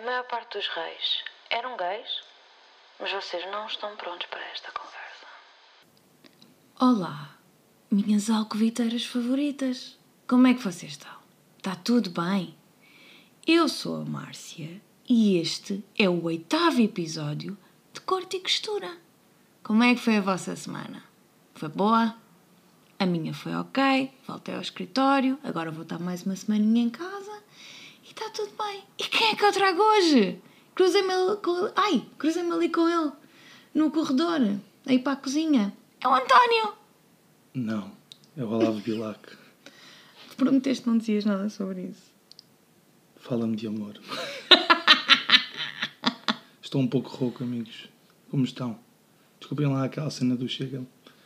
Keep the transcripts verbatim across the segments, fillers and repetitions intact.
A maior parte dos reis eram gays, mas vocês não estão prontos para esta conversa. Olá, minhas alcoviteiras favoritas. Como é que vocês estão? Está tudo bem? Eu sou a Márcia e este é o oitavo episódio de Corte e Costura. Como é que foi a vossa semana? Foi boa? A minha foi ok, voltei ao escritório, agora vou estar mais uma semaninha em casa e está tudo bem. E quem é que eu trago hoje? Cruzei-me com... Ai, cruzei-me ali com ele, no corredor, aí para a cozinha. É o António! Não, é o Olavo Bilac. Tu prometeste que não dizias nada sobre isso. Fala-me de amor. Estou um pouco rouco, amigos. Como estão? Desculpem lá aquela cena do Chega.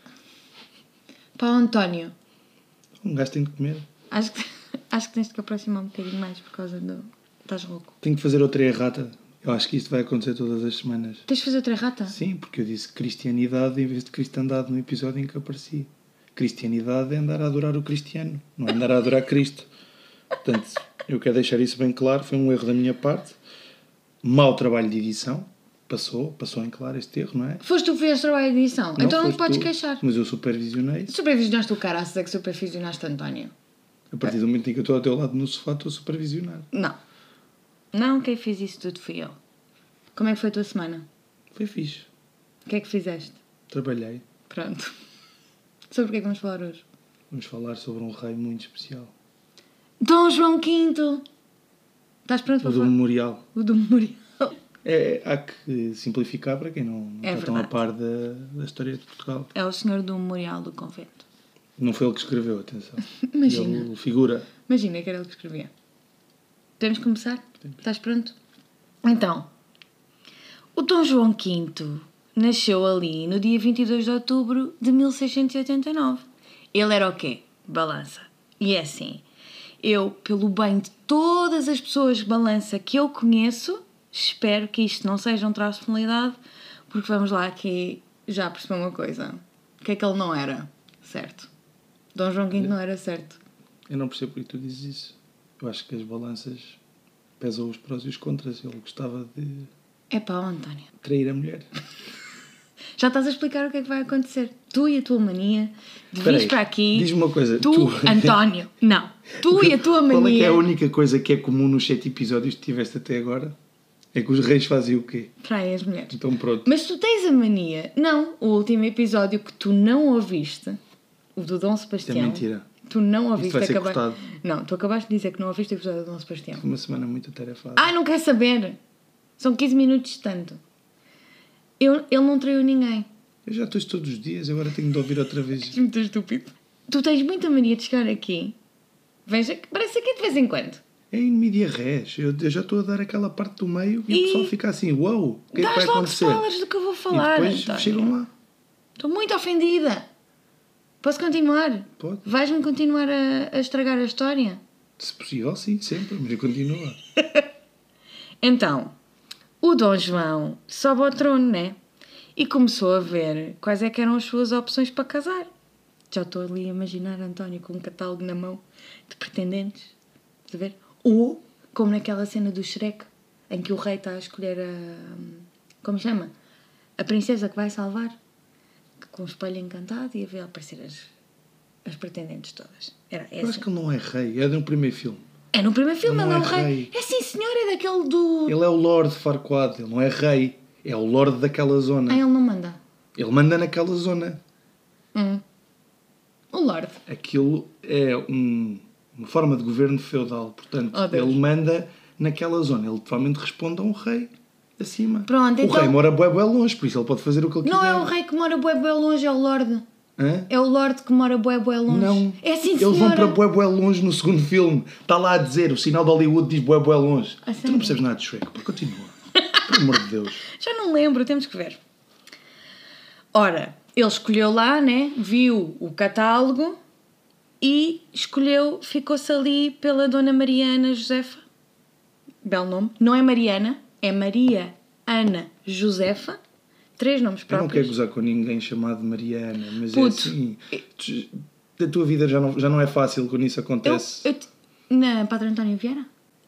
Pá, António. Um gajo tem de comer. Acho que, acho que tens de te aproximar um bocadinho mais por causa do... Estás rouco. Tenho que fazer outra errata. Eu acho que isto vai acontecer todas as semanas. Tens de fazer outra errata? Sim, porque eu disse cristianidade em vez de cristandade no episódio em que apareci. Cristianidade é andar a adorar o cristiano, não é andar a adorar Cristo. Portanto, eu quero deixar isso bem claro. Foi um erro da minha parte. Mau trabalho de edição. Passou, passou em claro este erro, não é? Foste tu que fizeste trabalho de edição, Não, então não te foste podes tu, queixar. Mas eu supervisionei. Supervisionaste o caraças, é que supervisionaste António. A partir do momento em que eu estou ao teu lado no sofá, estou a supervisionar. Não. Não, quem fez isso tudo fui eu. Como é que foi a tua semana? Foi fixe. O que é que fizeste? Trabalhei. Pronto. Sobre o que é que vamos falar hoje? Vamos falar sobre um rei muito especial. Dom João quinto! Estás pronto O para do falar? memorial. O do memorial. É, há que simplificar para quem não, não É está tão a verdade. par da, da história de Portugal. É o senhor do memorial do convento. Não foi ele que escreveu, atenção. Imagina. Ele figura. Imagina que era ele que escrevia. Podemos começar? Podemos. Estás pronto? Então, o Dom João quinto nasceu ali no dia vinte e dois de outubro de mil seiscentos e oitenta e nove. Ele era o quê? Balança. E é assim, eu, pelo bem de todas as pessoas de balança que eu conheço, espero que isto não seja um traço de personalidade, porque vamos lá aqui já perceber uma coisa. O que é que ele não era? Certo. Dom João quinto não era certo. Eu não percebo porque tu dizes isso. Eu acho que as balanças pesam os prós e os contras. Ele gostava de É pá, António. trair a mulher. Já estás a explicar o que é que vai acontecer. Tu e a tua mania de Espera vires aí, para aqui. diz-me uma coisa. Tu, Tu- António. Não. Tu e a tua mania. Qual é que é a única coisa que é comum nos sete episódios que tiveste até agora? É que os reis faziam o quê? Traem as mulheres. Então pronto. Mas tu tens a mania. Não, o último episódio que tu não ouviste, o do Dom Sebastião. É mentira. Tu não ouviste. Isto vai ser acaba- cortado. Não, tu acabaste de dizer que não ouviste o episódio do Dom Sebastião. Foi uma semana muito atarefada. Ai, não quer saber. São quinze minutos de tanto. Eu, ele não traiu ninguém. Eu já estou todos os dias, agora tenho de ouvir outra vez. Muito estúpido. Tu tens muita mania de chegar aqui. Veja que parece aqui de vez em quando. É em media res. Eu, eu já estou a dar aquela parte do meio e, E- o pessoal fica assim, uau, wow, o que é que Dás vai logo acontecer? spoilers do que eu vou E falar, depois António. chegam lá. Estou muito ofendida. Posso continuar? Pode. Vais-me continuar a, a estragar a história? Se possível, sim, sempre, mas continua. Então, o Dom João sobe ao trono, né? E começou a ver quais é que eram as suas opções para casar. Já estou ali a imaginar António com um catálogo na mão de pretendentes. Estás a ver? Ou, como naquela cena do Shrek, em que o rei está a escolher a... Como chama? A princesa que vai salvar. Com o espelho encantado e a ver aparecer as, as pretendentes todas. Era Eu essa. acho que ele não é rei, é no primeiro filme. É no primeiro filme, Ele ele é não o é rei. rei. É sim, senhor, é daquele do... Ele é o Lord Farquaad, ele não é rei, é o Lord daquela zona. Ah, ele não manda. Ele manda naquela zona. Hum. O Lorde. Aquilo é um- uma forma de governo feudal, portanto, Oh, Deus. ele manda naquela zona. Ele provavelmente responde a um rei acima. Pronto, o então- rei mora bué, bué longe, por isso ele pode fazer o que ele Não quiser. é o rei que mora bué bué longe, é o Lorde. Hã? É o Lorde que mora bué bué longe. Não. É assim, Eles senhora. vão para bué, bué longe no segundo filme. Está lá a dizer, o sinal de Hollywood diz bué, bué longe. A Tu sério? não percebes nada de Shrek, pá, continua. Por amor de Deus. Já não lembro, temos que ver. Ora, ele escolheu lá, né? Viu o catálogo e escolheu, ficou-se ali pela Dona Maria Ana Josefa. Belo nome. Não é Mariana, é Maria Ana Josefa. Três nomes Eu não próprios. quero gozar com ninguém chamado Mariana, mas Puto. é assim. tu- A tua vida já não, já não é fácil quando isso Eu, acontece. eu, te- na Padre António Vieira?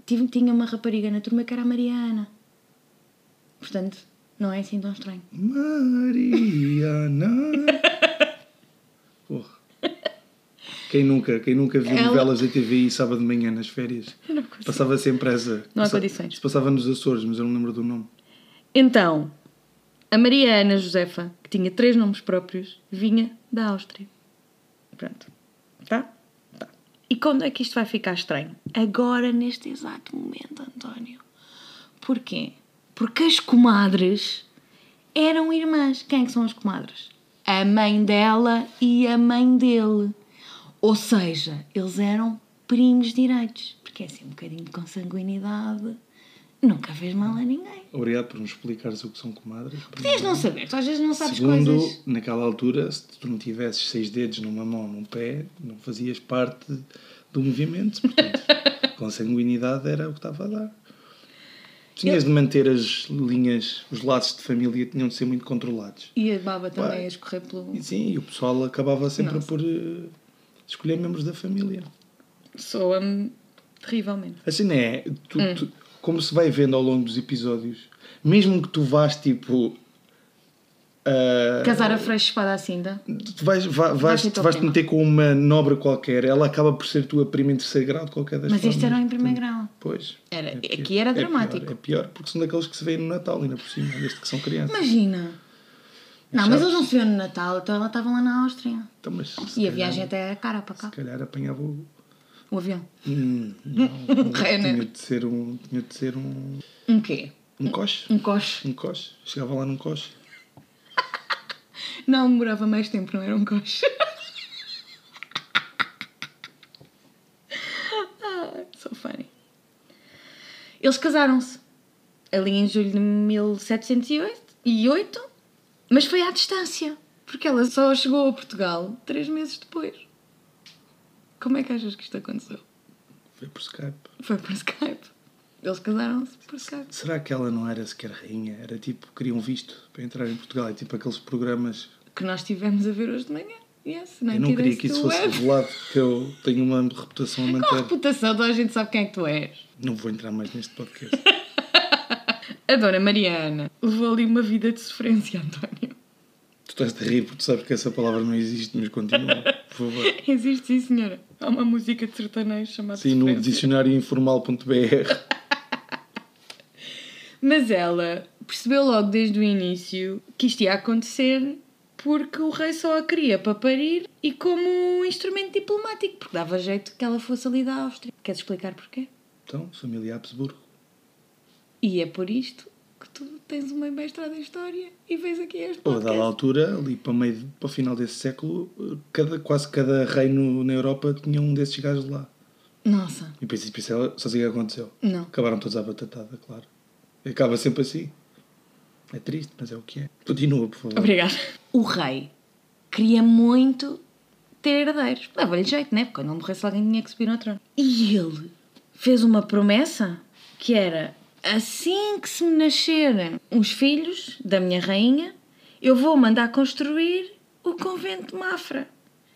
tive, tinha uma rapariga na turma que era a Mariana. Portanto, não é assim tão estranho. Mariana. Porra. Quem nunca, quem nunca viu Ela... novelas da T V I sábado de manhã nas férias? Não consigo. Passava sempre essa. Não há Passa... condições. Se passava nos Açores, mas eu não lembro do nome. Então, a Maria Ana Josefa, que tinha três nomes próprios, vinha da Áustria. Pronto. Tá? Tá. E quando é que isto vai ficar estranho? Agora, neste exato momento, António. Porquê? Porque as comadres eram irmãs. Quem é que são as comadres? A mãe dela e a mãe dele. Ou seja, eles eram primos direitos. Porque é assim um bocadinho de consanguinidade. Nunca fez mal a ninguém. Obrigado por me explicares o que são comadres. Podias não saber, tu às vezes não sabes Segundo, coisas. naquela altura, se tu não tivesses seis dedos numa mão, num pé, não fazias parte do movimento. Portanto, consanguinidade era o que estava a dar. Tinhas de manter as linhas, os laços de família tinham de ser muito controlados. E a baba também Vai. a escorrer pelo... E sim, e o pessoal acabava sempre Nossa. por uh, escolher membros da família. Soa-me terrivelmente. Assim não é? Tu, Hum. tu, como se vai vendo ao longo dos episódios, mesmo que tu vás tipo... Uh, Casar a freixo espada à cinta. tu vais, vai, Vai vais, ser tu tua vais te prima. meter com uma nobre qualquer, ela acaba por ser tua prima em terceiro grau de qualquer das Mas formas. isto era em primeiro grau. Pois. Era- É pior. aqui era É pior, dramático. É pior, porque são daqueles que se veem no Natal, ainda por cima, desde que são crianças. Imagina. Não, chato. mas eles não se viram no Natal, então elas estavam lá na Áustria. Então, mas se E a calhar- viagem até era cara para cá. Se calhar apanhava o... O avião. Hum, não, Ryanair. tinha de ser um... Tinha de ser um... Um quê? Um coche. Um coche. Um coche. Chegava lá num coche. Não, demorava mais tempo, não era um coche. ah, so funny. Eles casaram-se ali em julho de mil setecentos e oito, mas foi à distância, porque ela só chegou a Portugal três meses depois. Como é que achas que isto aconteceu? Foi por Skype. Foi por Skype. Eles casaram-se por Skype. Será que ela não era sequer rainha? Era tipo, queriam visto para entrar em Portugal. É tipo aqueles programas... Que nós tivemos a ver hoje de manhã. Yes, Eu não queria que isso fosse revelado, porque eu tenho uma reputação a Com a manter. reputação, toda a gente sabe quem é que tu és. Não vou entrar mais neste podcast. A dona Mariana levou ali uma vida de sofrência, António. Tu estás a rir porque tu sabes que essa palavra não existe, mas continua, por favor. Existe, sim, senhora. Há uma música de sertanejo chamada Sim, no Sofrência. dicionário informal ponto b r. Mas ela percebeu logo desde o início que isto ia acontecer porque o rei só a queria para parir e como um instrumento diplomático, porque dava jeito que ela fosse ali da Áustria. Queres explicar porquê? Então, família Habsburgo. E é por isto que tu tens uma mestrado em História e vês aqui este Ou a dada podcast. altura, ali para, meio, para o final desse século, cada, quase cada reino na Europa tinha um desses gajos lá. Nossa, E depois, depois ela- só sei o que aconteceu. não. Acabaram todos à batatada, claro. E acaba sempre assim. É triste, mas é o que é. Continua, por favor. Obrigada. O rei queria muito ter herdeiros. Dava-lhe jeito, né? Porque quando ele morresse alguém tinha que subir ao trono. E ele fez uma promessa que era: assim que se me nascerem os filhos da minha rainha, eu vou mandar construir o convento de Mafra.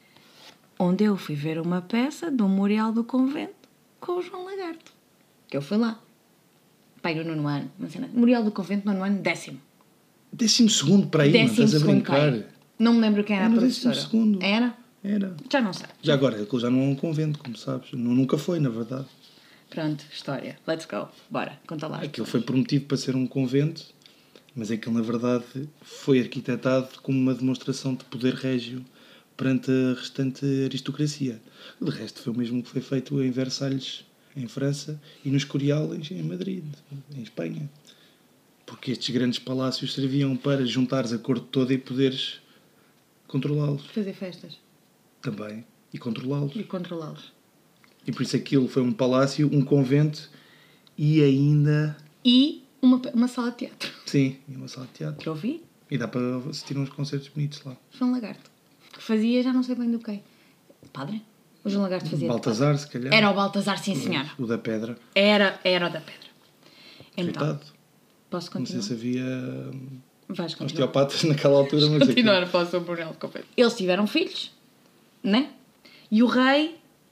Onde eu fui ver uma peça do Memorial do Convento com o João Lagarto. Que eu fui lá. Pai, no nono ano. Uma cena. Memorial do Convento, nono ano, décimo. Décimo segundo para aí, não Décimo estás a segundo brincar. pai. Não me lembro quem era Era a no décimo professora. segundo. Era? Era. Já não sei. Já agora, aquilo já não é um convento, como sabes. Nu- Nunca foi, na verdade. Pronto, história. Let's go. Bora, conta lá. Aquilo foi prometido para ser um convento, mas aquilo, na verdade, foi arquitetado como uma demonstração de poder régio perante a restante aristocracia. De resto, foi o mesmo que foi feito em Versalhes, em França, e no Escorial, em em Madrid, em Espanha. Porque estes grandes palácios serviam para juntares a corte toda e poderes controlá-los Fazer festas também. E controlá-los. e controlá-los. E por isso aquilo foi um palácio, um convento e ainda... E uma, uma sala de teatro. Sim, e uma sala de teatro. Que eu vi, E dá para assistir uns concertos bonitos lá. João Lagarto. Que fazia, já não sei bem do que. Padre? O João Lagarto fazia. de Baltazar, se calhar. padre. Era o Baltazar, sim senhora. O da Pedra. Era, era o da pedra. Então, Coitado. posso Não sei continuar? se havia hum, Vais continuar. osteopatas naquela altura, mas... Continuar, posso o Brunel de Confesso. Eles tiveram filhos, né? E o rei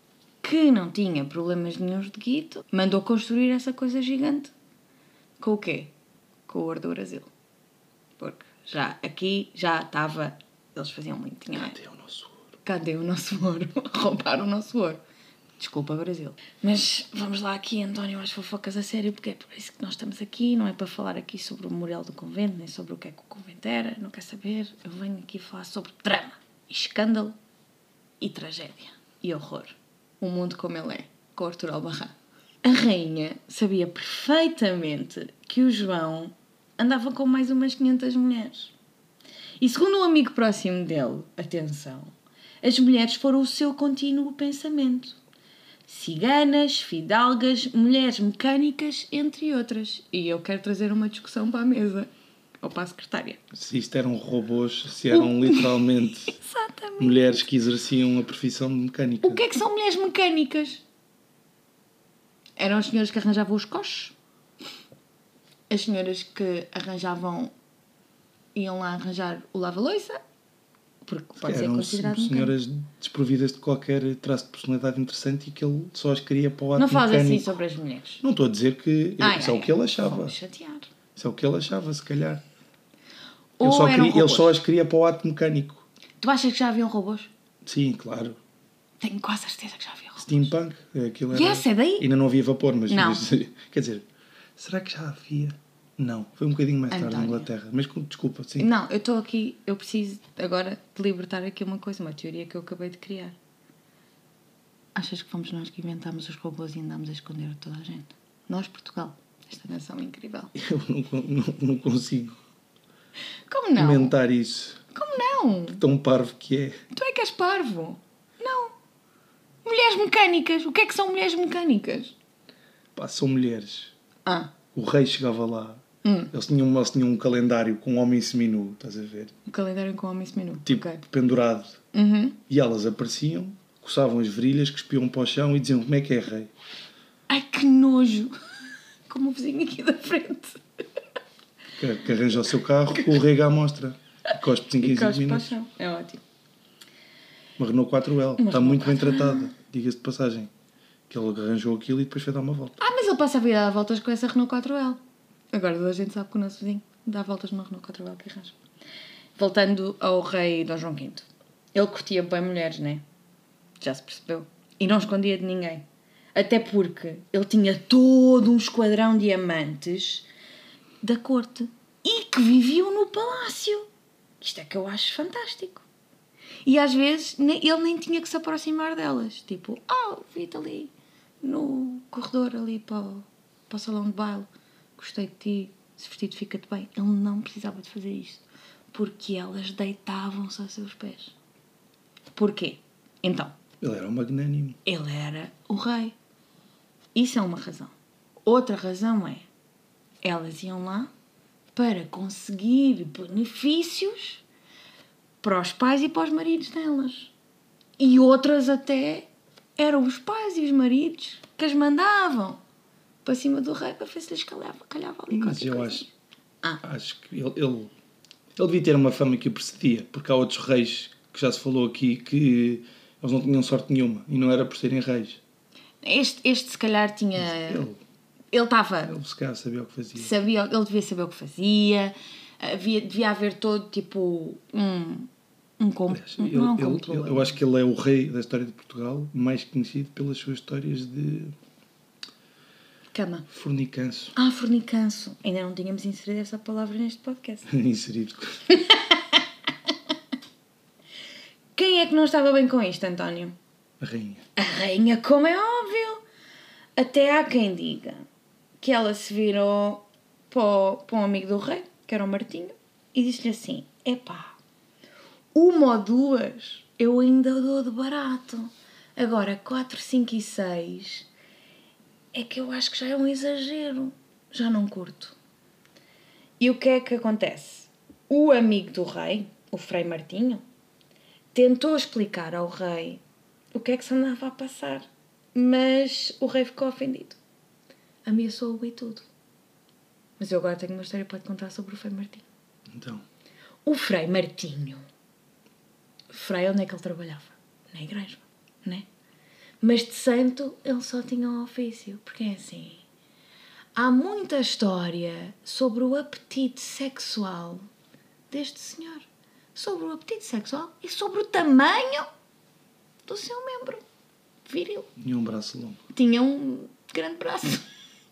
que não tinha problemas nenhuns de guito, mandou construir essa coisa gigante. Com o quê? Com o ouro do Brasil. Porque já aqui já estava... Eles faziam muito dinheiro. Cadê o nosso ouro? Cadê o nosso ouro? Roubaram o nosso ouro. Desculpa, Brasil. Mas vamos lá aqui, António, às fofocas a sério, porque é por isso que nós estamos aqui. Não é para falar aqui sobre o memorial do convento, nem sobre o que é que o convento era. Não quer saber. Eu venho aqui falar sobre drama, escândalo e tragédia. E horror. O mundo como ele é, com Artur Albarrán. A rainha sabia perfeitamente que o João andava com mais umas quinhentas mulheres. E segundo um amigo próximo dele, atenção, as mulheres foram o seu contínuo pensamento. Ciganas, fidalgas, mulheres mecânicas, entre outras. E eu quero trazer uma discussão para a mesa, ou para a secretária. Se isto eram robôs, se eram literalmente Exatamente. mulheres que exerciam a profissão de mecânica. O que é que são mulheres mecânicas? Eram as senhoras que arranjavam os coches? As senhoras que arranjavam... iam lá arranjar o lava-loiça? Porque pode ser Eram considerado senhoras mecânico. desprovidas de qualquer traço de personalidade interessante e que ele só as queria para o ato Não faz mecânico. assim sobre as mulheres. Não estou a dizer que... Ai, isso é ai, o que ele ai, achava. vou-me chatear. Isso é o que ele achava, se calhar. Ou Ele só, eram queria, ele robôs. só as queria para o ato mecânico. Tu achas que já haviam robôs? Sim, claro. Tenho quase certeza que já havia robôs. Steampunk. Aquilo era... Yes, é daí? Ainda não havia vapor, mas... Não. mas quer dizer, será que já havia? Não. Foi um bocadinho mais tarde na António. Inglaterra. Mas com- desculpa, sim. Não, eu estou aqui, eu preciso agora de libertar aqui uma coisa, uma teoria que eu acabei de criar. Achas que fomos nós que inventámos os robôs e andámos a esconder toda a gente? Nós, Portugal, esta nação incrível. Eu não, con- não, não consigo Como não? comentar isso. Como não? Tão parvo que é. Tu é que és parvo. Não. Mulheres mecânicas. O que é que são mulheres mecânicas? Pá, são mulheres. Ah, O rei chegava lá. Hum. Eles, tinham, eles tinham um calendário com um homem seminu, estás a ver? o calendário com homem seminu. Tipo, Ok. pendurado. Uhum. E elas apareciam, coçavam as virilhas, cuspiam para o chão e diziam: como é que é, rei? Ai, que nojo. Como o vizinho aqui da frente. Que, que arranja o seu carro com o rei à mostra. E cospe em E quinze cospe para o minutos. chão. É ótimo. Uma Renault quatro L. Uma Está Renault muito bem quatro L. tratada, diga-se de passagem. Que ele arranjou aquilo e depois foi dar uma volta. Ah, mas ele passa a vida a dar voltas com essa Renault quatro L. Agora toda a gente sabe que o nosso vizinho dá voltas numa Renault quatro L que arranja. Voltando ao rei Dom João quinto. Ele curtia bem mulheres, né? Já se percebeu. E não escondia de ninguém. Até porque ele tinha todo um esquadrão de amantes da corte. E que viviam no palácio. Isto é que eu acho fantástico. E às vezes ne- ele nem tinha que se aproximar delas. Tipo, oh, vi-te ali no corredor ali para o, para o salão de baile. Gostei de ti, esse vestido fica-te bem. Ele não precisava de fazer isto. Porque elas deitavam-se aos seus pés. Porquê? Então, Ele era um magnânimo. ele era o rei. Isso é uma razão. Outra razão é, elas iam lá para conseguir benefícios para os pais e para os maridos delas. E outras até eram os pais e os maridos que as mandavam para cima do rei para ver se lhes calhava, calhava ali Mas qualquer eu coisa. acho, Ah. acho que ele, ele, ele devia ter uma fama que o precedia, porque há outros reis que já se falou aqui que eles não tinham sorte nenhuma e não era por serem reis. Este, este se calhar tinha... Ele, Ele estava... ele se calhar sabia o que fazia. Sabia, ele devia saber o que fazia. Havia, devia haver todo tipo um... Um, com, Aliás, um ele- não é um ele- controle. ele- eu acho que ele é o rei da história de Portugal, mais conhecido pelas suas histórias de Cama. fornicanço. Ah, fornicanço. Ainda não tínhamos inserido essa palavra neste podcast. inserido. Quem é que não estava bem com isto, António? A rainha. A rainha, como é óbvio. Até há quem diga que ela se virou para, o- para um amigo do rei, que era o Martinho, e disse-lhe assim, epá, uma ou duas eu ainda dou de barato. Agora, quatro, cinco e seis é que eu acho que já é um exagero. Já não curto. E o que é que acontece? O amigo do rei, o Frei Martinho, tentou explicar ao rei o que é que se andava a passar. Mas o rei ficou ofendido. Ameaçou-o e tudo. Mas eu agora tenho uma história para te contar sobre o Frei Martinho. Então, O Frei Martinho. Frei, onde é que ele trabalhava? Na igreja, né? Mas de santo ele só tinha um ofício, porque é assim, há muita história sobre o apetite sexual deste senhor, sobre o apetite sexual e sobre o tamanho do seu membro viril. Tinha um braço longo. Tinha um grande braço.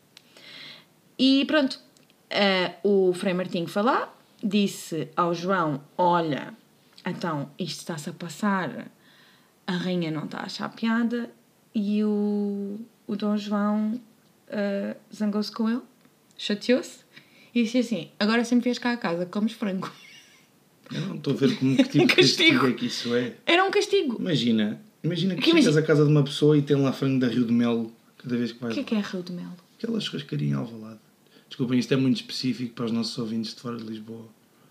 E pronto, uh, o Frei Martinho foi lá, disse ao João, olha, então isto está-se a passar, a rainha não está a achar piada, e o, o Dom João uh, zangou-se com ele, chateou-se, e disse assim, agora sempre vies cá a casa, comes frango. Eu não estou a ver como que tipo de castigo é que isso é. Era um castigo. Imagina, imagina que, que chegas imagina... à casa de uma pessoa e tem lá frango da Rio de Mel cada vez que vais. O que é que é Rio de Mel? Aquela churrascaria em Alvalade. Desculpem, isto é muito específico para os nossos ouvintes de fora de Lisboa.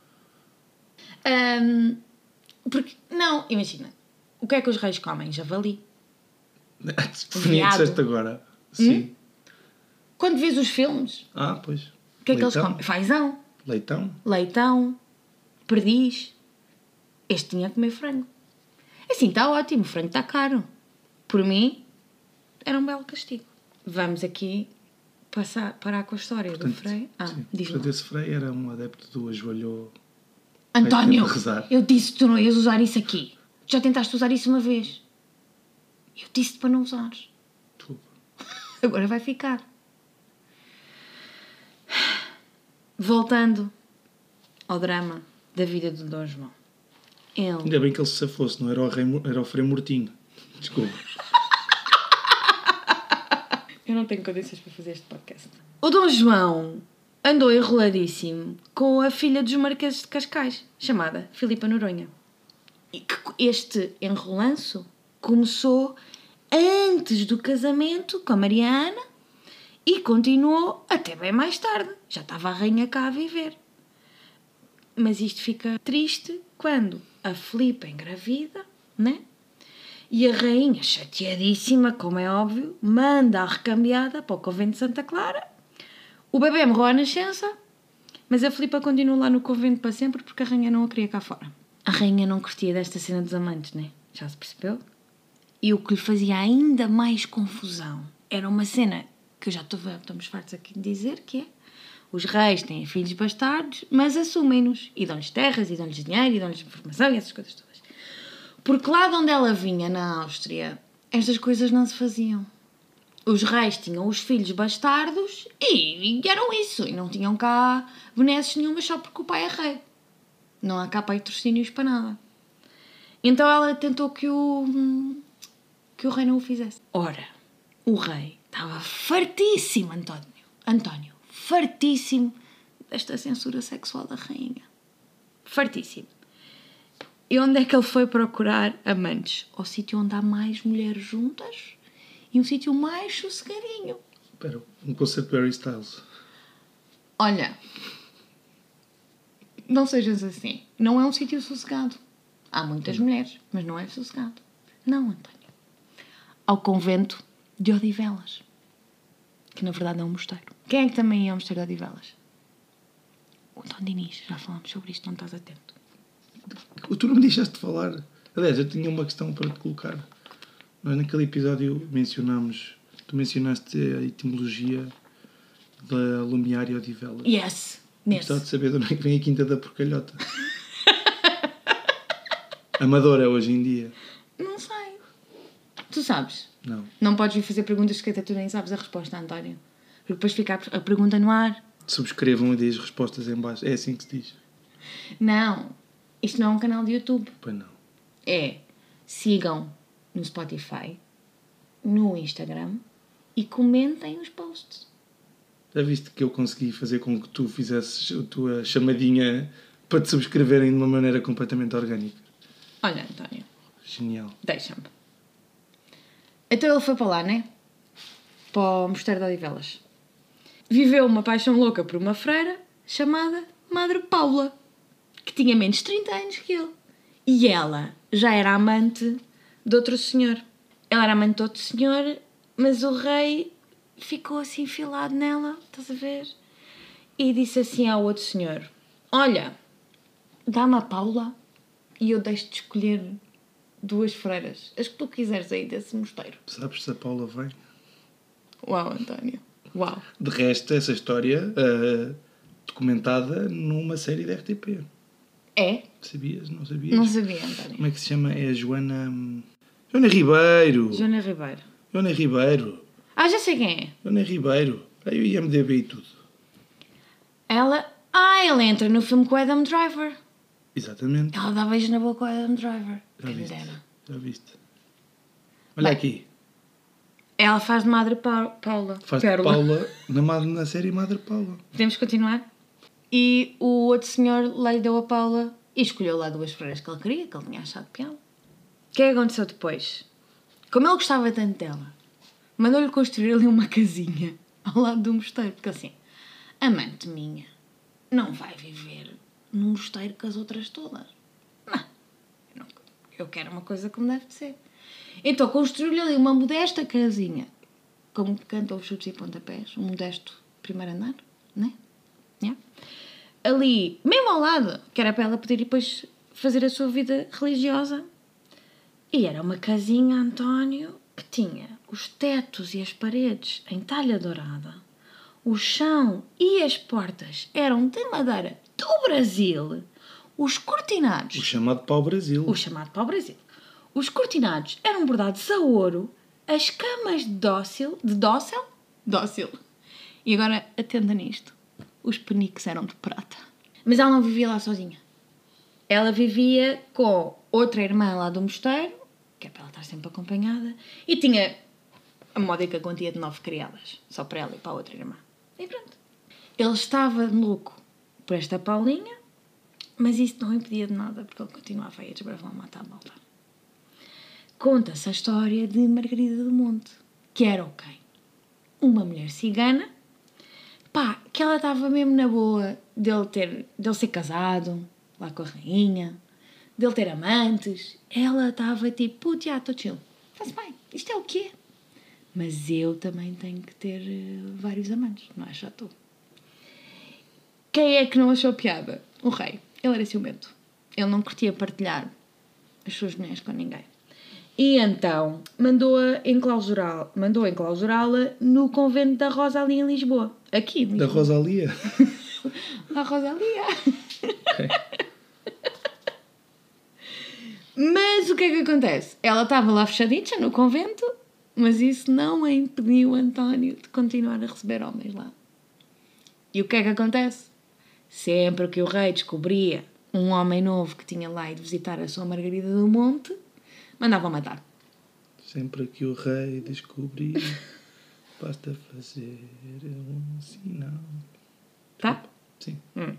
Um, porque, não, imagina, o que é que os reis comem? Javali. Definia disseste agora. Sim. Hum? Quando vês os filmes, ah, pois. O que é que eles comem? Fazão. Leitão. Leitão. Perdiz. Este tinha que comer frango. Assim, está ótimo, o frango está caro. Por mim, era um belo castigo. Vamos aqui passar, parar com a história Portanto, do Frei. Ah, diz-me. Portanto, esse Frei era um adepto do ajoelhou. António, eu disse que tu não ias usar isso aqui. Já tentaste usar isso uma vez. Eu disse-te para não usares. Tu. Agora vai ficar. Voltando ao drama da vida de Dom João. Ele... Ainda bem que ele se safou-se, não era o, rei, era o Frei Mortinho. Desculpa. Eu não tenho condições para fazer este podcast. O Dom João andou enroladíssimo com a filha dos Marqueses de Cascais, chamada Filipa Noronha. E este enrolanço começou antes do casamento com a Maria Ana e continuou até bem mais tarde. Já estava a rainha cá a viver. Mas isto fica triste quando a Filipa engravida, né? E a rainha, chateadíssima, como é óbvio, manda a recambiada para o convento de Santa Clara. O bebê morreu à nascença, mas a Filipa continua lá no convento para sempre porque a rainha não a queria cá fora. A rainha não curtia desta cena dos amantes, né? Já se percebeu? E o que lhe fazia ainda mais confusão era uma cena que eu já estou, estamos fartos aqui de dizer, que é: os reis têm filhos bastardos, mas assumem-nos e dão-lhes terras, e dão-lhes dinheiro, e dão-lhes informação e essas coisas todas. Porque lá de onde ela vinha, na Áustria, estas coisas não se faziam. Os reis tinham os filhos bastardos e, e eram isso. E não tinham cá benesses nenhuma só porque o pai é rei. Não há cá patrocínios para nada. Então ela tentou que o, que o rei não o fizesse. Ora, o rei estava fartíssimo, António. António, fartíssimo desta censura sexual da rainha. Fartíssimo. E onde é que ele foi procurar amantes? Ao sítio onde há mais mulheres juntas e um sítio mais sossegadinho. Espera, um concerto de Harry Styles. Olha, não sejas assim. Não é um sítio sossegado. Há muitas mulheres, mas não é sossegado. Não, António. Ao convento de Odivelas, que na verdade é um mosteiro. Quem é que também ia ao mosteiro de Odivelas? O Dom Dinis. Já falámos sobre isto, não estás atento. Tu não me deixaste de falar. Aliás, eu tinha uma questão para te colocar. Nós naquele episódio mencionámos, tu mencionaste a etimologia da Lumiária Odivelas. Yes, nesse. Gostava de saber de onde é que vem a Quinta da Porcalhota. Amadora hoje em dia. Não sei. Tu sabes? Não. Não podes vir fazer perguntas que até tu nem sabes a resposta, António. Porque depois fica a pergunta no ar. Subscrevam e deem as respostas em baixo. É assim que se diz. Não. Isto não é um canal de YouTube. Pois não. É, sigam no Spotify, no Instagram e comentem os posts. Já viste que eu consegui fazer com que tu fizesses a tua chamadinha para te subscreverem de uma maneira completamente orgânica? Olha, António. Genial. Deixa-me. Então ele foi para lá, né? Para o Mosteiro de Odivelas. Viveu uma paixão louca por uma freira chamada Madre Paula, que tinha menos de trinta anos que ele. E ela já era amante de outro senhor. Ela era amante de outro senhor, mas o rei ficou assim enfilado nela, estás a ver? E disse assim ao outro senhor: olha, dá-me a Paula e eu deixo-te escolher duas freiras, as que tu quiseres aí desse mosteiro. Sabes se a Paula vem? Uau, António. Uau. De resto, essa história uh, documentada numa série da R T P. É? Sabias? Não sabias? Não sabia, António. Como é que se chama? É a Joana... Joana Ribeiro. Joana Ribeiro. Joana Ribeiro. Ah, já sei quem é. Joana Ribeiro. Aí o I M D B e tudo. Ela... Ah, ela entra no filme com o Adam Driver. Exatamente. Ela dá beijo na boca com o Adam Driver. Já Quem me viste? dera. Já viste? Olha Bem, aqui. Ela faz de Madre Pa- Paula. Faz de Pérola. Paula na, madre- na série Madre Paula. Podemos continuar? E o outro senhor lá lhe deu a Paula e escolheu lá duas freiras que ele queria, que ele tinha achado piada. O que é que aconteceu depois? Como ele gostava tanto dela, mandou-lhe construir ali uma casinha ao lado do mosteiro, porque assim, amante minha, não vai viver num mosteiro com as outras todas. Não. Eu, não, eu quero uma coisa como deve de ser. Então construiu-lhe ali uma modesta casinha, como cantam os chutes e pontapés, um modesto primeiro andar, né? Yeah. Ali, mesmo ao lado, que era para ela poder depois fazer a sua vida religiosa. E era uma casinha, António, que tinha os tetos e as paredes em talha dourada, o chão e as portas eram de madeira do Brasil, os cortinados... O chamado pau-brasil. O chamado pau-brasil. Os cortinados eram bordados a ouro, as camas de dócil... De dócil? Dócil. E agora, atenda nisto. Os peniques eram de prata. Mas ela não vivia lá sozinha. Ela vivia com outra irmã lá do mosteiro, que é para ela estar sempre acompanhada, e tinha a módica quantia de nove criadas, só para ela e para a outra irmã. E pronto. Ele estava louco por esta Paulinha, mas isso não impedia de nada, porque ele continuava a ir desbravar a mata à volta. Conta-se a história de Margarida do Monte, que era o quê? Uma mulher cigana, pá, que ela estava mesmo na boa dele, ter, dele ser casado, lá com a rainha, dele ter amantes. Ela estava tipo, putz, já, estou chill. Faz bem, isto é o quê? Mas eu também tenho que ter uh, vários amantes, não é só tu. Quem é que não achou piada? O rei. Ele era ciumento. Ele não curtia partilhar as suas mulheres com ninguém. E então mandou-a enclausurá-la, mandou enclausurá-la no convento da Rosalia em Lisboa. Aqui, em Lisboa. Da Rosalia. Da Rosalia. Okay. Mas o que é que acontece? Ela estava lá fechadinha no convento, mas isso não a impediu, António, de continuar a receber homens lá. E o que é que acontece? Sempre que o rei descobria um homem novo que tinha lá ido visitar a sua Margarida do Monte, mandava matar. Sempre que o rei descobrir, basta fazer um sinal. Tá? Sim. Hum.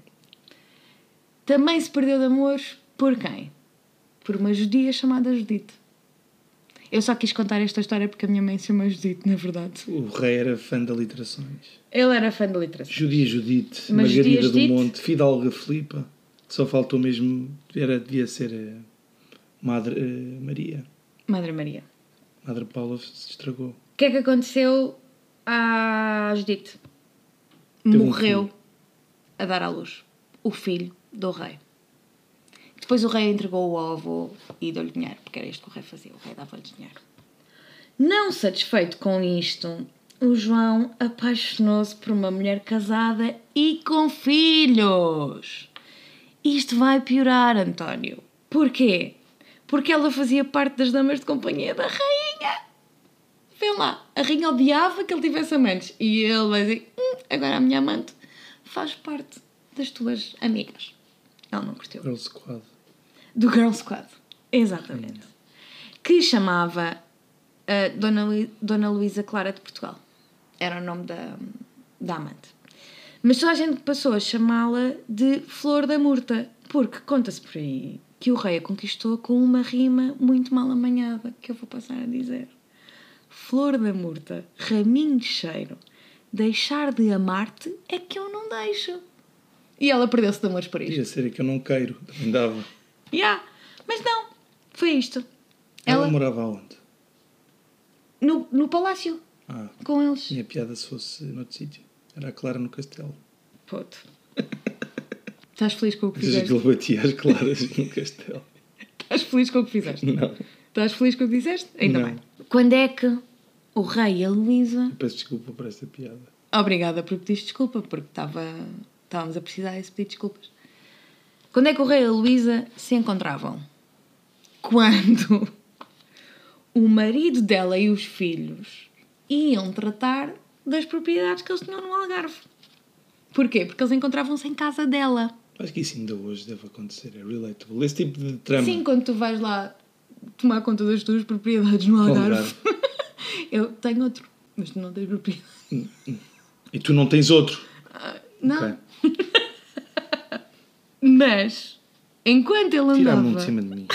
Também se perdeu de amores por quem? Por uma judia chamada Judite. Eu só quis contar esta história porque a minha mãe se chama Judite, na verdade. O rei era fã de literações. Ele era fã da literatura. Judia Judite, Mas Margarida Judia do Judite? Monte, Fidalga Filipa. Só faltou mesmo, era, devia ser uh, Madre uh, Maria. Madre Maria. Madre Paula se estragou. O que é que aconteceu à Judite? Teve um Morreu filho. a dar à luz. O filho do rei. Depois o rei entregou o avô e deu-lhe dinheiro, porque era isto que o rei fazia. O rei dava-lhe dinheiro. Não satisfeito com isto, o João apaixonou-se por uma mulher casada e com filhos. Isto vai piorar, António. Porquê? Porque ela fazia parte das damas de companhia da rainha. Vê lá, a rainha odiava que ele tivesse amantes. E ele vai dizer, hum, agora a minha amante faz parte das tuas amigas. Ela não curtiu. Girl Squad. Do Girl Squad. Exatamente. Que chamava uh, Dona, Lu- Dona Luísa Clara de Portugal. Era o nome da, da amante. Mas toda a gente passou a chamá-la de Flor da Murta, porque conta-se por aí que o rei a conquistou com uma rima muito mal amanhada, que eu vou passar a dizer. Flor da Murta, raminho de cheiro, deixar de amar-te é que eu não deixo. E ela perdeu-se de amores por isto. Podia ser que eu não queiro, também dava. Yeah. Mas não, foi isto. Ela, Ela, morava onde? no, no palácio, Ah, com eles. tinha piada se fosse noutro sítio. Era a Clara no Castelo. Puto. Estás feliz com o que Dizes que fizeste? ele batia as claras no castelo. Estás feliz com o que fizeste? Não. Estás feliz com o que disseste? Ainda Não. bem. Quando é que o rei e a Luísa... Peço desculpa por esta piada. Obrigada por pedir desculpa, porque estava, estávamos a precisar desse pedir desculpas. Quando é que o rei e a Luísa se encontravam? Quando o marido dela e os filhos iam tratar das propriedades que eles tinham no Algarve. Porquê? Porque eles encontravam-se em casa dela. Acho que isso ainda hoje deve acontecer. É relatable. Esse tipo de trama. Sim, quando tu vais lá tomar conta das tuas propriedades no Algarve. Algarve. Eu tenho outro, mas tu não tens propriedade. E tu não tens outro? Uh, não. Okay. Mas, enquanto ele andava... Tira a mão de cima de mim.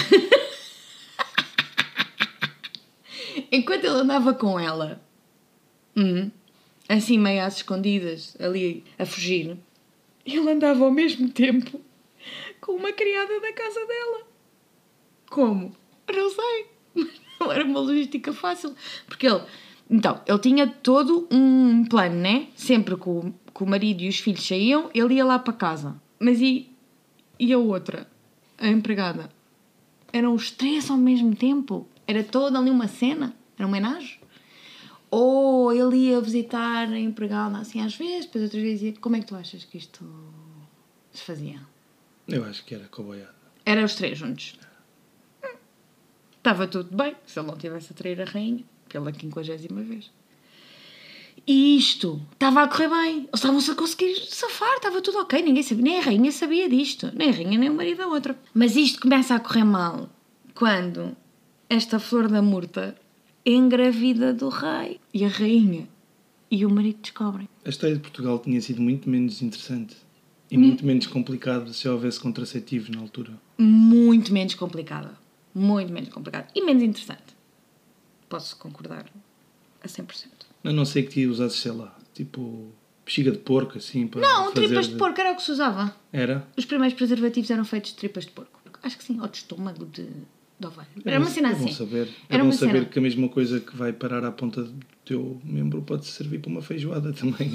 Enquanto ele andava com ela, hum, assim meio às escondidas, ali a fugir, ele andava ao mesmo tempo com uma criada da casa dela. Como? Não sei. Não era uma logística fácil. Porque ele... Então, ele tinha todo um plano, né? Sempre que o, que o marido e os filhos saíam, ele ia lá para casa. Mas e, e a outra? A empregada? Eram os três ao mesmo tempo? Era toda ali uma cena? Era uma homenagem? Ou ele ia visitar a empregada assim às vezes, depois outras vezes ia... Como é que tu achas que isto se fazia? Eu acho que era coboiada. Era os três juntos. Hum. Estava tudo bem, se ele não tivesse a trair a rainha, pela quinquagésima vez. E isto estava a correr bem. Eles estavam-se a conseguir safar, estava tudo ok, ninguém sabia, nem a rainha sabia disto, nem a rainha nem o marido da outra. Mas isto começa a correr mal quando esta Flor da Murta engravida do rei e a rainha e o marido descobrem. A história de Portugal tinha sido muito menos interessante e muito menos complicada se houvesse contraceptivos na altura. Muito menos complicada. Muito menos complicada. E menos interessante. Posso concordar a cem por cento. A não ser que te usasses, sei lá, tipo bexiga de porco, assim, para Não, fazer tripas de... de porco era o que se usava. Era? Os primeiros preservativos eram feitos de tripas de porco. Acho que sim, ou de estômago de, de ovelha. Era uma cena é assim. Bom saber. É Era bom uma saber cena. que a mesma coisa que vai parar à ponta do teu membro pode servir para uma feijoada também.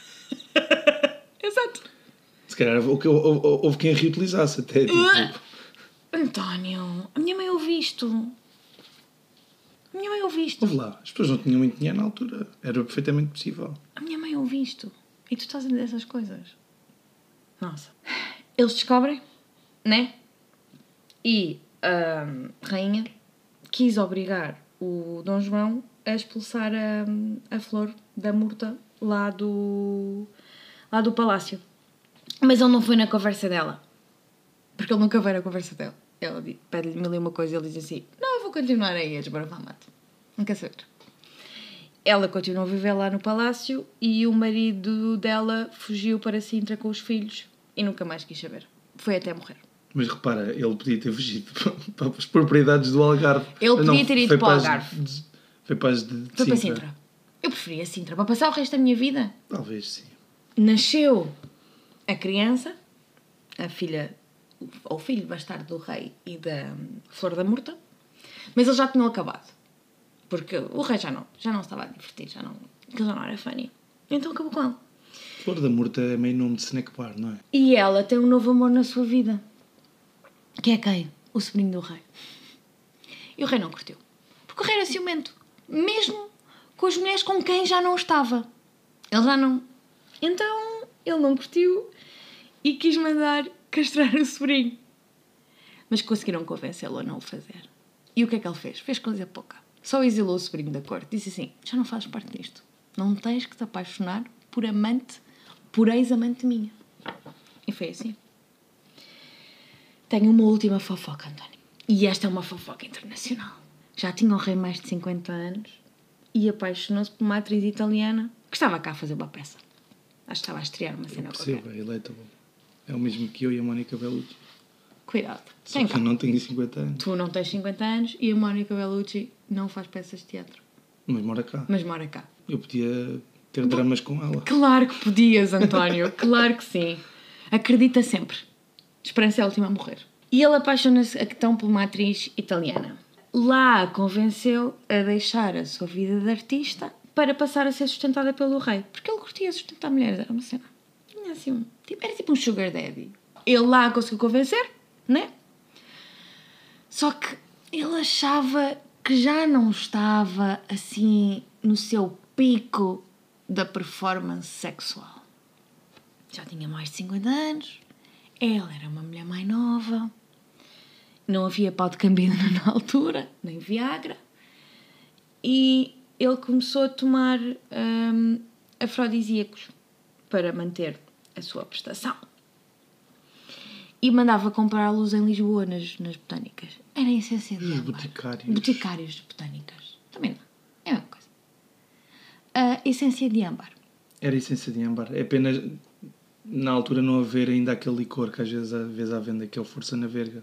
Exato. Se calhar houve, houve, houve quem reutilizasse até. Tipo... António, a minha mãe ouve isto. A minha mãe ouve isto. Ouve lá, as pessoas não tinham muito dinheiro na altura. Era perfeitamente possível. A minha mãe ouve isto. E tu estás a dizer essas coisas. Nossa. Eles descobrem, né? E a rainha quis obrigar o Dom João a expulsar a, a Flor da Murta lá do, lá do palácio. Mas ele não foi na conversa dela. Porque ele nunca veio na conversa dela. Ela pede-lhe mil e uma coisa e ele diz assim: não, eu vou continuar aí a desbravar mato. Não quer saber. Ela continuou a viver lá no palácio e o marido dela fugiu para Sintra com os filhos e nunca mais quis saber. Foi até morrer. Mas repara, ele podia ter fugido para as propriedades do Algarve. Ele podia não, ter ido para o as Algarve. De, foi para as de, de Foi Sintra. para Sintra. Eu preferia Sintra para passar o resto da minha vida. Talvez sim. Nasceu a criança, a filha, ou filho bastardo do rei e da Flor da Murta, mas eles já tinham acabado. Porque o rei já não, já não estava a divertir, já não, aquilo já não era funny. Então acabou com ela. Flor da Murta é meio nome de snack bar, não é? E ela tem um novo amor na sua vida. Que é quem? O sobrinho do rei. E o rei não curtiu. Porque o rei era ciumento. Mesmo com as mulheres com quem já não estava. Ele já não... Então, ele não curtiu e quis mandar castrar o sobrinho. Mas conseguiram convencê-lo a não o fazer. E o que é que ele fez? Fez coisa pouca. Só exilou o sobrinho da corte. Disse assim: já não fazes parte disto. Não tens que te apaixonar por amante, por ex-amante minha. E foi assim. Tenho uma última fofoca, António. E esta é uma fofoca internacional. Já tinha o rei mais de cinquenta anos e apaixonou-se por uma atriz italiana que estava cá a fazer uma peça. Acho que estava a estrear uma cena qualquer. Percebo, é relatable. É o mesmo que eu e a Mónica Bellucci. Cuidado. Só que eu não tenho cinquenta anos. Tu não tens cinquenta anos e a Mónica Bellucci não faz peças de teatro. Mas mora cá. Mas mora cá. Eu podia ter dramas com ela. Claro que podias, António. Claro que sim. Acredita sempre. Esperança é a última a morrer. E ele apaixona-se a questão por uma atriz italiana. Lá a convenceu a deixar a sua vida de artista para passar a ser sustentada pelo rei. Porque ele curtia sustentar mulheres. Era uma cena. Tinha assim um, tipo, era tipo um sugar daddy. Ele lá conseguiu convencer, né? Só que ele achava que já não estava assim no seu pico da performance sexual. Já tinha mais de cinquenta anos, ela era uma mulher mais nova, não havia pau de Cambina na altura, nem Viagra, e ele começou a tomar hum, afrodisíacos para manter a sua prestação. E mandava comprá-los em Lisboa, nas, nas botânicas. Era a essência de âmbar. Boticários. Boticários de botânicas. Também não. É a mesma coisa. A essência de âmbar. Era a essência de âmbar. É apenas, na altura, não haver ainda aquele licor que às vezes, às vezes há venda, que é o Força na Verga.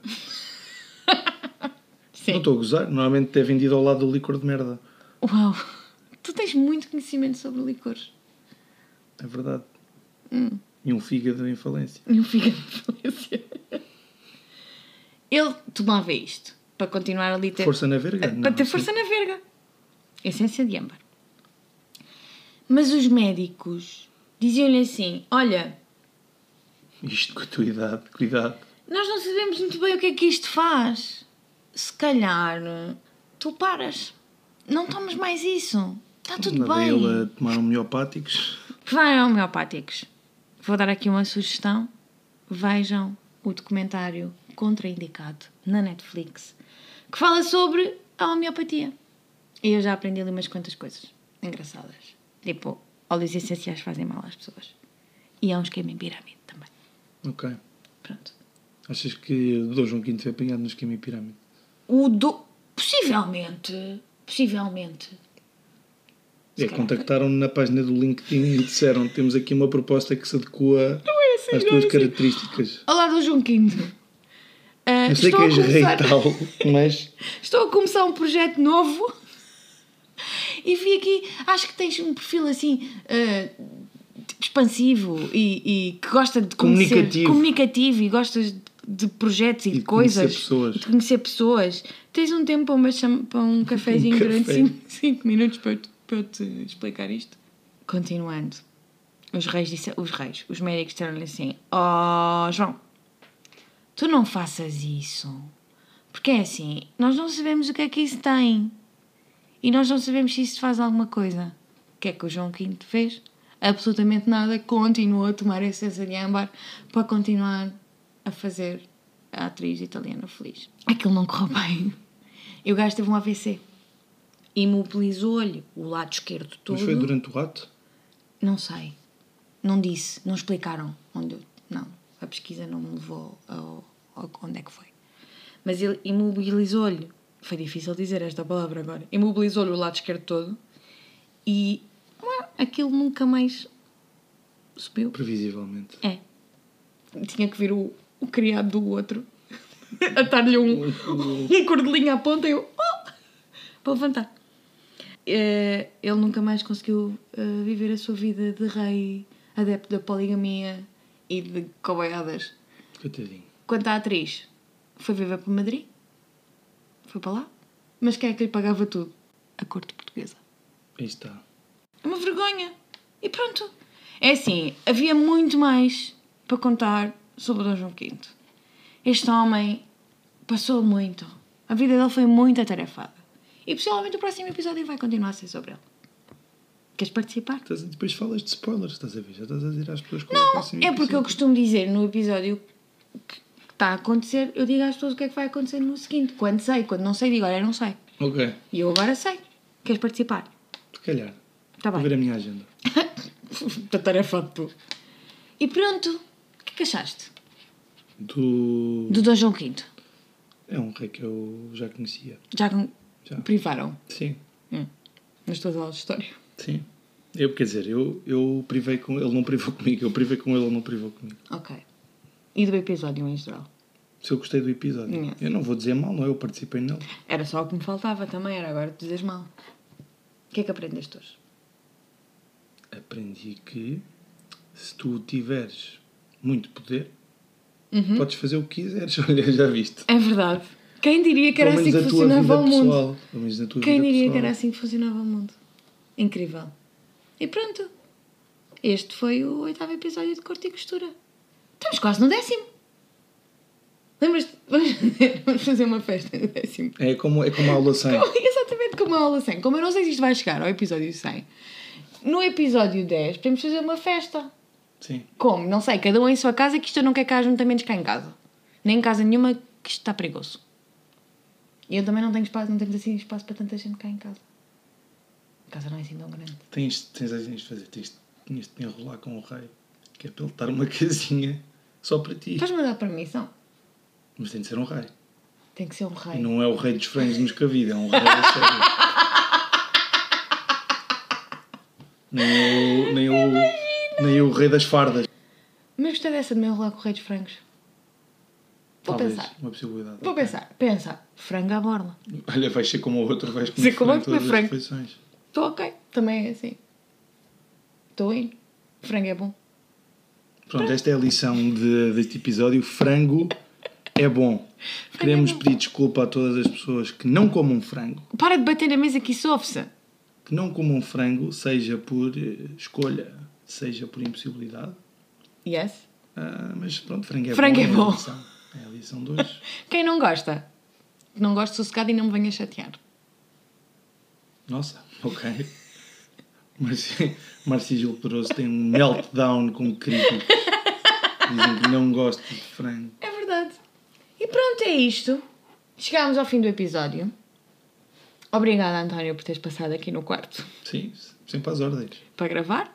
Sim. Não estou a gozar. Normalmente é vendido ao lado do licor de merda. Uau! Tu tens muito conhecimento sobre licores. É verdade. Hum. E um fígado em falência. E um fígado de falência. Ele tomava isto para continuar ali ter... Força na verga? Para Não, ter assim. força na verga. Essência de âmbar. Mas os médicos diziam-lhe assim, olha, Isto com a tua idade, cuidado. nós não sabemos muito bem o que é que isto faz. Se calhar tu paras. Não tomas mais isso. Está tudo Andava bem. ele a tomar homeopáticos. Vai ao homeopáticos. Vou dar aqui uma sugestão. Vejam o documentário Contraindicado na Netflix que fala sobre a homeopatia. E eu já aprendi ali umas quantas coisas engraçadas. Tipo, óleos essenciais fazem mal às pessoas. E há um esquema em pirâmide também. Ok. Pronto. Achas que o Dom João quinto foi apanhado no esquema em pirâmide? O do... Possivelmente. Possivelmente. Se É, calhar. contactaram-me na página do LinkedIn e disseram: temos aqui uma proposta que se adequa é assim, às não tuas é assim. características. Olá, do João Quinto. Uh, Eu sei que estou, a és rei começar... e tal, mas estou a começar um projeto novo e vi aqui, acho que tens um perfil assim uh, tipo, expansivo e, e que gosta de conhecer, Comunicativo. comunicativo e gostas de, de projetos e, E de de coisas conhecer pessoas. e de conhecer pessoas. Tens um tempo para, uma cham... para um cafezinho Um durante café. cinco minutos para eu, te, para eu te explicar isto? Continuando, os reis, disse, os reis, os médicos disseram-lhe assim: ó oh, João, tu não faças isso. Porque é assim, nós não sabemos o que é que isso tem. E nós não sabemos se isso faz alguma coisa. O que é que o João Quinto fez? Absolutamente nada. Continuou a tomar a essência de âmbar para continuar a fazer a atriz italiana feliz. Aquilo não correu bem. E o gajo teve um A V C. Imobilizou-lhe o lado esquerdo todo. mas foi durante o ato? Não sei. Não disse. Não explicaram. Onde eu... Não. A pesquisa não me levou ao... ao... onde é que foi. Mas ele imobilizou-lhe, foi difícil dizer esta palavra agora, imobilizou-lhe o lado esquerdo todo e ué, aquilo nunca mais subiu. Previsivelmente. É. Tinha que vir o, o criado do outro atar-lhe um, um cordelinho à ponta e eu oh, para levantar. Uh, ele nunca mais conseguiu uh, viver a sua vida de rei, adepto da poligamia e de coboiadas. Coitadinho. Quanto à atriz, foi viver para Madrid. Foi para lá. Mas quem é que lhe pagava tudo? A corte portuguesa. Aí está. É uma vergonha. E pronto. É assim, havia muito mais para contar sobre o Dom João Quinto. Este homem passou muito. A vida dele foi muito atarefada. E possivelmente o próximo episódio vai continuar a ser sobre ele. Queres participar? Estás- Depois falas de spoilers, estás a ver? Já estás a dizer às pessoas qual é o próximo É porque eu episódio. costumo dizer no episódio que está a acontecer, eu digo às pessoas o que é que vai acontecer no seguinte. Quando sei, quando não sei, digo, olha, não sei. Ok, E eu agora sei. Queres participar? se calhar. Tá Vou bem. ver a minha agenda. Está tarefado tu. E pronto. O que é que achaste? Do... Do Dom João Quinto. É um rei que eu já conhecia. Já com... Já. privaram Sim, hum. nas tuas aulas de história. sim. Eu, quer dizer, eu, eu privei com ele, ele não privou comigo. Eu privei com ele, ele não privou comigo. Ok. E do episódio em geral? Se eu gostei do episódio. Yes. Eu não vou dizer mal, não é? Eu participei nele. Era só o que me faltava também, era agora tu dizes mal. O que é que aprendeste hoje? Aprendi que se tu tiveres muito poder, Uhum. podes fazer o que quiseres. Olha, já viste. É verdade. Quem diria que era Pelo assim menos que a tua vida funcionava o mundo? pessoal. Pelo menos na tua Quem vida diria pessoal. que era assim que funcionava o mundo? Incrível. E pronto. Este foi o oitavo episódio de Corte e Costura. Estamos quase no décimo. Lembras-te? Vamos fazer, vamos fazer uma festa no décimo. É como, é como a aula cem. Como- exatamente como a aula cem. Como eu não sei se isto vai chegar ao episódio cem, no episódio dez podemos fazer uma festa. Sim. Como? Não sei, cada um em sua casa, que isto eu não quero que haja juntamentos cá em casa. Nem em casa nenhuma, que isto está perigoso. E eu também não tenho espaço, não temos assim espaço para tanta gente cá em casa. A casa não é assim tão grande. Tens, tens assim de fazer. Tens, tinhas de te enrolar com o rei. Que é para ele dar uma casinha só para ti. Vais-me dar permissão? Mas tem de ser um rei. Tem que ser um E rei. não é o rei dos frangos nos Cavide, é um rei a sério. Nem o, nem, o, nem o rei das fardas. Mas gostei dessa de me enrolar com o rei dos frangos. Vou Talvez, pensar. uma possibilidade. Vou pensar. Pensa. Frango à borla. Olha, vais ser como o outro, vais Ser comer como frango eu comer todas as frango. refeições. Estou ok. Também é assim. Estou indo. Frango é bom. Pronto, esta é a lição de, deste episódio. Frango é bom. Queremos é bom. pedir desculpa a todas as pessoas que não comam frango. Para de bater na mesa que isso ouve-se. Que não comam frango, seja por eh, escolha, seja por impossibilidade. Yes. Ah, mas pronto, frango é Frango bom. é bom. a lição. É a lição de hoje. Quem não gosta? Não gosto sossegado e não me venha chatear. Nossa, ok. Marci, Marci Gil Pedroso tem um meltdown com críticos. Dizem que não gosta de frango. É verdade. E pronto, é isto. Chegámos ao fim do episódio. Obrigada, António, por teres passado aqui no quarto Sim, sempre às ordens. para gravar.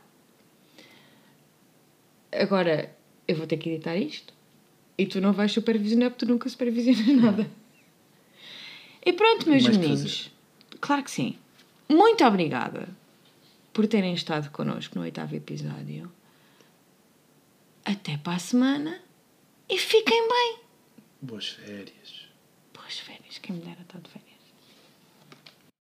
Agora eu vou ter que editar isto. E tu não vais supervisionar porque tu nunca supervisionas nada. E pronto, meus Mais que meninos. Claro que sim. Muito obrigada por terem estado connosco no oitavo episódio. Até para a semana. E fiquem bem. Boas férias. Boas férias. Quem me dera estar de férias.